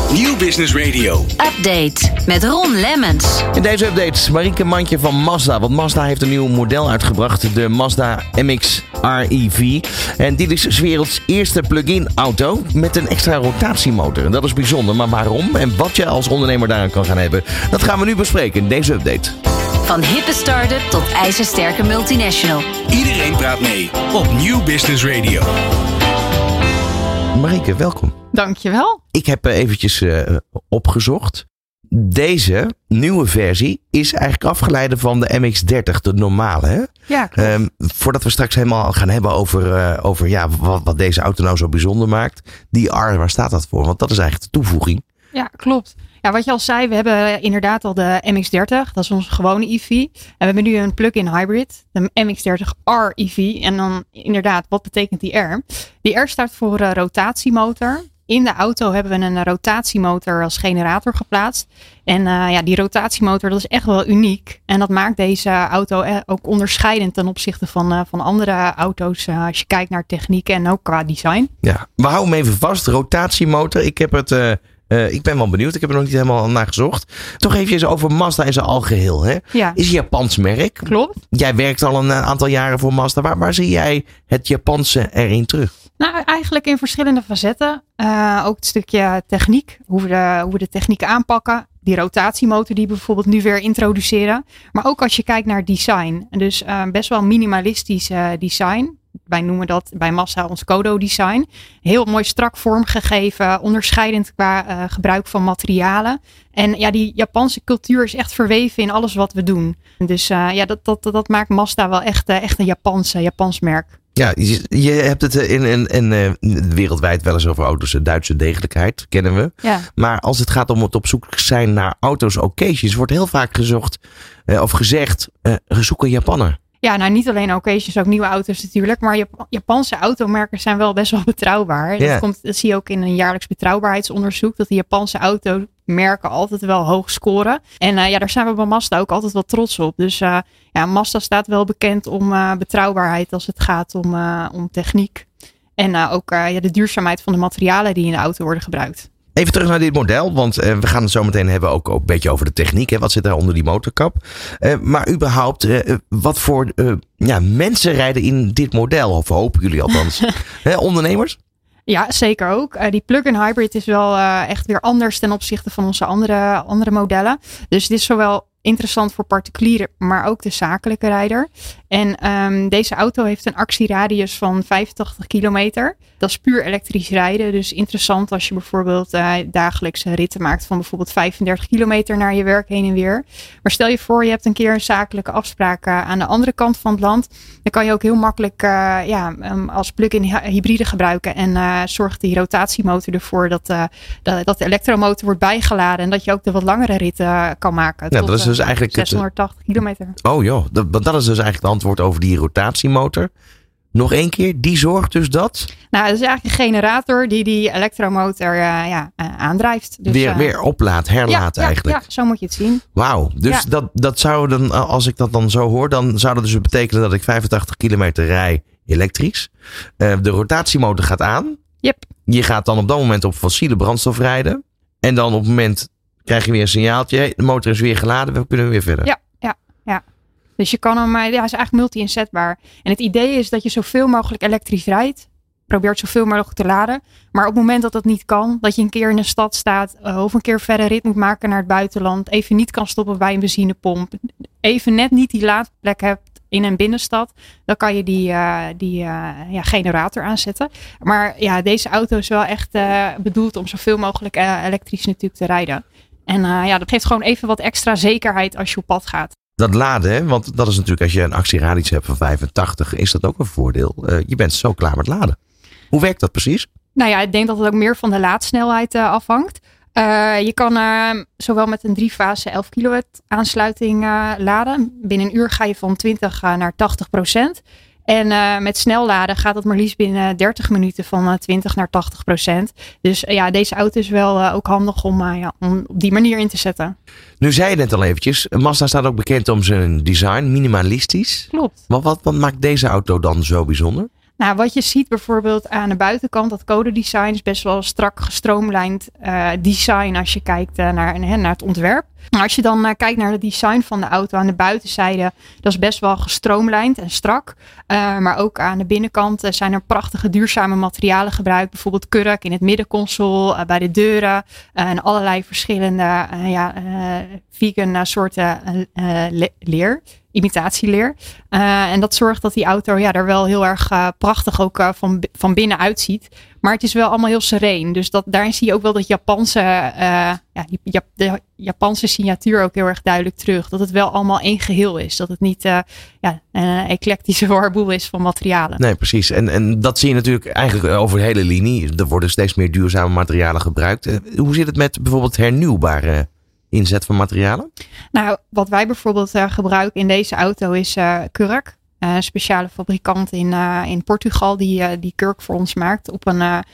Nieuw Business Radio. Update met Ron Lemmens. In deze update Marieke Mandje van Mazda. Want Mazda heeft een nieuw model uitgebracht. De Mazda MX-R EV. En dit is 's werelds eerste plug-in auto met een extra rotatiemotor. En dat is bijzonder. Maar waarom en wat je als ondernemer daaraan kan gaan hebben, dat gaan we nu bespreken in deze update. Van hippe start-up tot ijzersterke multinational. Iedereen praat mee op Nieuw Business Radio. Marieke, welkom. Dankjewel. Ik heb eventjes opgezocht. Deze nieuwe versie is eigenlijk afgeleid van de MX-30, de normale. Hè? Ja, klopt. Voordat we straks helemaal gaan hebben over wat deze auto nou zo bijzonder maakt. Die R, waar staat dat voor? Want dat is eigenlijk de toevoeging. Ja, klopt. Ja, wat je al zei, we hebben inderdaad al de MX-30. Dat is onze gewone EV. En we hebben nu een plug-in hybrid. De MX-30R EV. En dan inderdaad, wat betekent die R? Die R staat voor rotatiemotor. In de auto hebben we een rotatiemotor als generator geplaatst. En die rotatiemotor, dat is echt wel uniek. En dat maakt deze auto ook onderscheidend ten opzichte van andere auto's. Als je kijkt naar techniek en ook qua design. Ja, we houden hem even vast. Rotatiemotor. Ik ben wel benieuwd. Ik heb er nog niet helemaal naar gezocht. Toch even over Mazda in zijn algeheel. Hè? Ja. Is een Japans merk. Klopt. Jij werkt al een aantal jaren voor Mazda. Waar zie jij het Japanse erin terug? Nou, eigenlijk in verschillende facetten. Ook het stukje techniek. Hoe we de techniek aanpakken. Die rotatiemotor die we bijvoorbeeld nu weer introduceren. Maar ook als je kijkt naar design. Dus best wel minimalistisch design. Wij noemen dat bij Mazda ons Kodo design. Heel mooi strak vormgegeven. Onderscheidend qua gebruik van materialen. En ja, die Japanse cultuur is echt verweven in alles wat we doen. Dus dat maakt Mazda wel echt een Japans merk. Ja, je hebt het in wereldwijd wel eens over auto's. Duitse degelijkheid, kennen we. Ja. Maar als het gaat om het op zoek zijn naar auto's occasions, wordt heel vaak gezegd, zoek een Japanner. Ja, nou niet alleen occasions, ook nieuwe auto's natuurlijk. Maar Japanse automerken zijn wel best wel betrouwbaar. Ja. Dat zie je ook in een jaarlijks betrouwbaarheidsonderzoek. Dat de Japanse automerken altijd wel hoog scoren. En daar zijn we bij Mazda ook altijd wel trots op. Dus Mazda staat wel bekend om betrouwbaarheid als het gaat om techniek. En ook de duurzaamheid van de materialen die in de auto worden gebruikt. Even terug naar dit model, want we gaan het zo meteen hebben ook een beetje over de techniek. Hè? Wat zit er onder die motorkap? Maar überhaupt, wat voor mensen rijden in dit model? Of hopen jullie althans? Ondernemers? Ja, zeker ook. Die plug-in hybrid is wel echt weer anders ten opzichte van onze andere modellen. Dus dit is zowel interessant voor particulieren, maar ook de zakelijke rijder. En deze auto heeft een actieradius van 85 kilometer. Dat is puur elektrisch rijden. Dus interessant als je bijvoorbeeld dagelijkse ritten maakt van bijvoorbeeld 35 kilometer naar je werk heen en weer. Maar stel je voor, je hebt een keer een zakelijke afspraak aan de andere kant van het land. Dan kan je ook heel makkelijk als plug-in hybride gebruiken. En zorgt die rotatiemotor ervoor dat de elektromotor wordt bijgeladen. En dat je ook de wat langere ritten kan maken. Ja, dat is dus eigenlijk 680 kilometer. Oh joh, dat is dus eigenlijk het antwoord over die rotatiemotor. Nog één keer, die zorgt dus dat? Nou, dat is eigenlijk een generator die elektromotor aandrijft. Dus, weer oplaadt, herlaat eigenlijk. Ja, zo moet je het zien. Wauw, dus dat zou dan, als ik dat dan zo hoor, dan zou dat dus betekenen dat ik 85 kilometer rij elektrisch. De rotatiemotor gaat aan. Yep. Je gaat dan op dat moment op fossiele brandstof rijden. En dan op het moment krijg je weer een signaaltje. Hey, de motor is weer geladen, we kunnen weer verder. Ja. Dus je kan hem, is eigenlijk multi-inzetbaar. En het idee is dat je zoveel mogelijk elektrisch rijdt. Probeert zoveel mogelijk te laden. Maar op het moment dat dat niet kan, dat je een keer in een stad staat of een keer verder rit moet maken naar het buitenland. Even niet kan stoppen bij een benzinepomp. Even net niet die laadplek hebt in een binnenstad. Dan kan je die generator aanzetten. Maar ja, deze auto is wel echt bedoeld om zoveel mogelijk elektrisch natuurlijk te rijden. En dat geeft gewoon even wat extra zekerheid als je op pad gaat. Dat laden, hè? Want dat is natuurlijk als je een actieradius hebt van 85, is dat ook een voordeel. Je bent zo klaar met laden. Hoe werkt dat precies? Nou ja, ik denk dat het ook meer van de laadsnelheid afhangt. Je kan zowel met een 3-fase 11 kilowatt aansluiting laden. Binnen een uur ga je van 20 naar 80%. En met snel laden gaat het maar liefst binnen 30 minuten van 20 naar 80%. Dus deze auto is wel ook handig om op die manier in te zetten. Nu zei je net al eventjes, Mazda staat ook bekend om zijn design, minimalistisch. Klopt. Wat maakt deze auto dan zo bijzonder? Nou, wat je ziet bijvoorbeeld aan de buitenkant, dat codedesign is best wel strak gestroomlijnd design als je kijkt naar het ontwerp. Als je dan kijkt naar het design van de auto aan de buitenzijde, dat is best wel gestroomlijnd en strak. Maar ook aan de binnenkant zijn er prachtige duurzame materialen gebruikt. Bijvoorbeeld kurk in het middenconsole, bij de deuren en allerlei verschillende vegan soorten leer. Imitatieleer. En dat zorgt dat die auto er wel heel erg prachtig ook van binnen uitziet. Maar het is wel allemaal heel sereen. Dus daarin zie je ook wel dat de Japanse signatuur ook heel erg duidelijk terug. Dat het wel allemaal één geheel is. Dat het niet een eclectische warboel is van materialen. Nee, precies. En dat zie je natuurlijk eigenlijk over de hele linie. Er worden steeds meer duurzame materialen gebruikt. Hoe zit het met bijvoorbeeld hernieuwbare inzet van materialen? Nou, wat wij bijvoorbeeld gebruiken in deze auto is kurk. Een speciale fabrikant in Portugal die kurk voor ons maakt op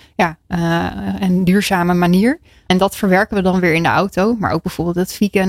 een duurzame manier. En dat verwerken we dan weer in de auto. Maar ook bijvoorbeeld het vegan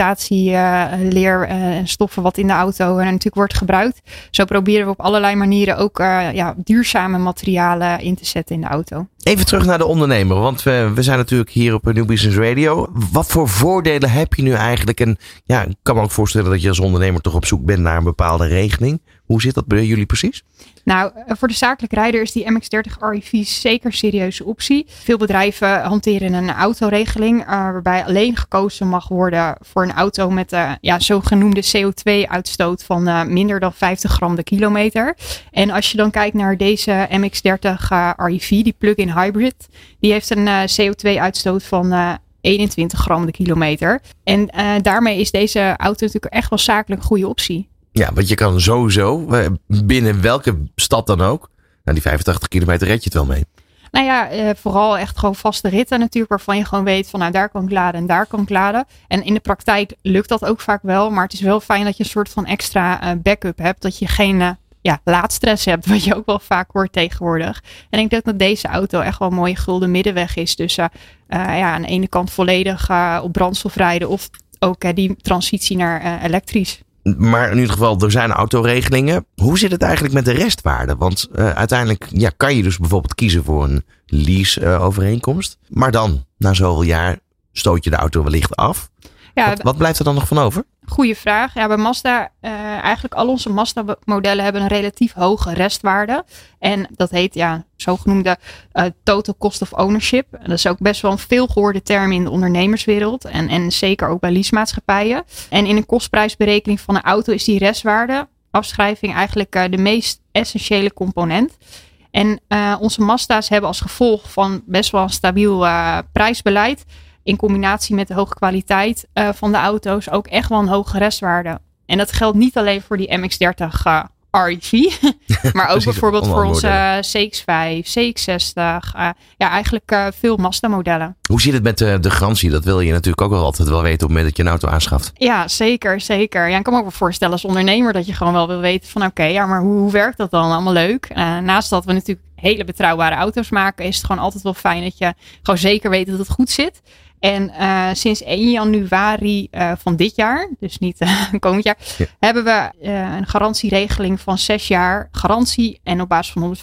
imitatieleer en stoffen wat in de auto natuurlijk wordt gebruikt. Zo proberen we op allerlei manieren ook duurzame materialen in te zetten in de auto. Even terug naar de ondernemer, want we zijn natuurlijk hier op New Business Radio. Wat voor voordelen heb je nu eigenlijk? En ik kan me ook voorstellen dat je als ondernemer toch op zoek bent naar een bepaalde regeling. Hoe zit dat bij jullie precies? Nou, voor de zakelijke rijder is die MX-30 REV zeker een serieuze optie. Veel bedrijven hanteren een autoregeling waarbij alleen gekozen mag worden voor een auto met zogenoemde CO2-uitstoot van minder dan 50 gram de kilometer. En als je dan kijkt naar deze MX-30 REV, die plug-in hybrid, die heeft een CO2-uitstoot van 21 gram de kilometer. En daarmee is deze auto natuurlijk echt wel zakelijk een goede optie. Ja, want je kan sowieso binnen welke stad dan ook, die 85 kilometer red je het wel mee. Nou ja, vooral echt gewoon vaste ritten natuurlijk, waarvan je gewoon weet van daar kan ik laden en daar kan ik laden. En in de praktijk lukt dat ook vaak wel, maar het is wel fijn dat je een soort van extra backup hebt, dat je geen laadstress hebt, wat je ook wel vaak hoort tegenwoordig. En ik denk dat deze auto echt wel een mooie gulden middenweg is. Dus aan de ene kant volledig op brandstof rijden of ook die transitie naar elektrisch. Maar in ieder geval, er zijn autoregelingen. Hoe zit het eigenlijk met de restwaarde? Want uiteindelijk kan je dus bijvoorbeeld kiezen voor een lease-overeenkomst. Maar dan, na zoveel jaar, stoot je de auto wellicht af. Ja, wat blijft er dan nog van over? Goeie vraag. Ja, bij Mazda, eigenlijk al onze Mazda-modellen hebben een relatief hoge restwaarde. En dat heet zogenoemde total cost of ownership. Dat is ook best wel een veelgehoorde term in de ondernemerswereld. En zeker ook bij leasemaatschappijen. En in een kostprijsberekening van een auto is die restwaarde, afschrijving, eigenlijk de meest essentiële component. En onze Mazda's hebben als gevolg van best wel een stabiel prijsbeleid, in combinatie met de hoge kwaliteit van de auto's, ook echt wel een hoge restwaarde. En dat geldt niet alleen voor die MX-30 REV, maar ook bijvoorbeeld voor onze CX-5, CX-60. Eigenlijk veel Mazda-modellen. Hoe zit het met de garantie? Dat wil je natuurlijk ook wel altijd wel weten op het moment dat je een auto aanschaft. Ja, zeker. Ja, ik kan me ook wel voorstellen als ondernemer dat je gewoon wel wil weten van maar hoe werkt dat dan? Allemaal leuk. Naast dat we natuurlijk hele betrouwbare auto's maken, is het gewoon altijd wel fijn dat je gewoon zeker weet dat het goed zit. En sinds 1 januari van dit jaar, dus niet komend jaar, hebben we een garantieregeling van 6 jaar garantie en op basis van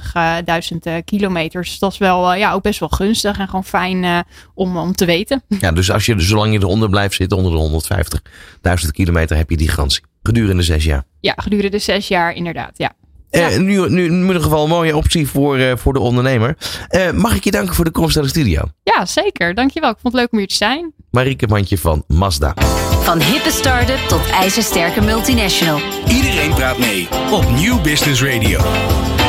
150.000 kilometer. Dus dat is wel ook best wel gunstig en gewoon fijn om te weten. Ja, dus zolang je eronder blijft zitten, onder de 150.000 kilometer, heb je die garantie gedurende 6 jaar. Ja, gedurende 6 jaar inderdaad, ja. Nu in ieder geval een mooie optie voor de ondernemer. Mag ik je danken voor de komst naar de studio? Ja, zeker. Dankjewel. Ik vond het leuk om hier te zijn. Marieke Mandje van Mazda. Van hippe start-up tot ijzersterke multinational. Iedereen praat mee op New Business Radio.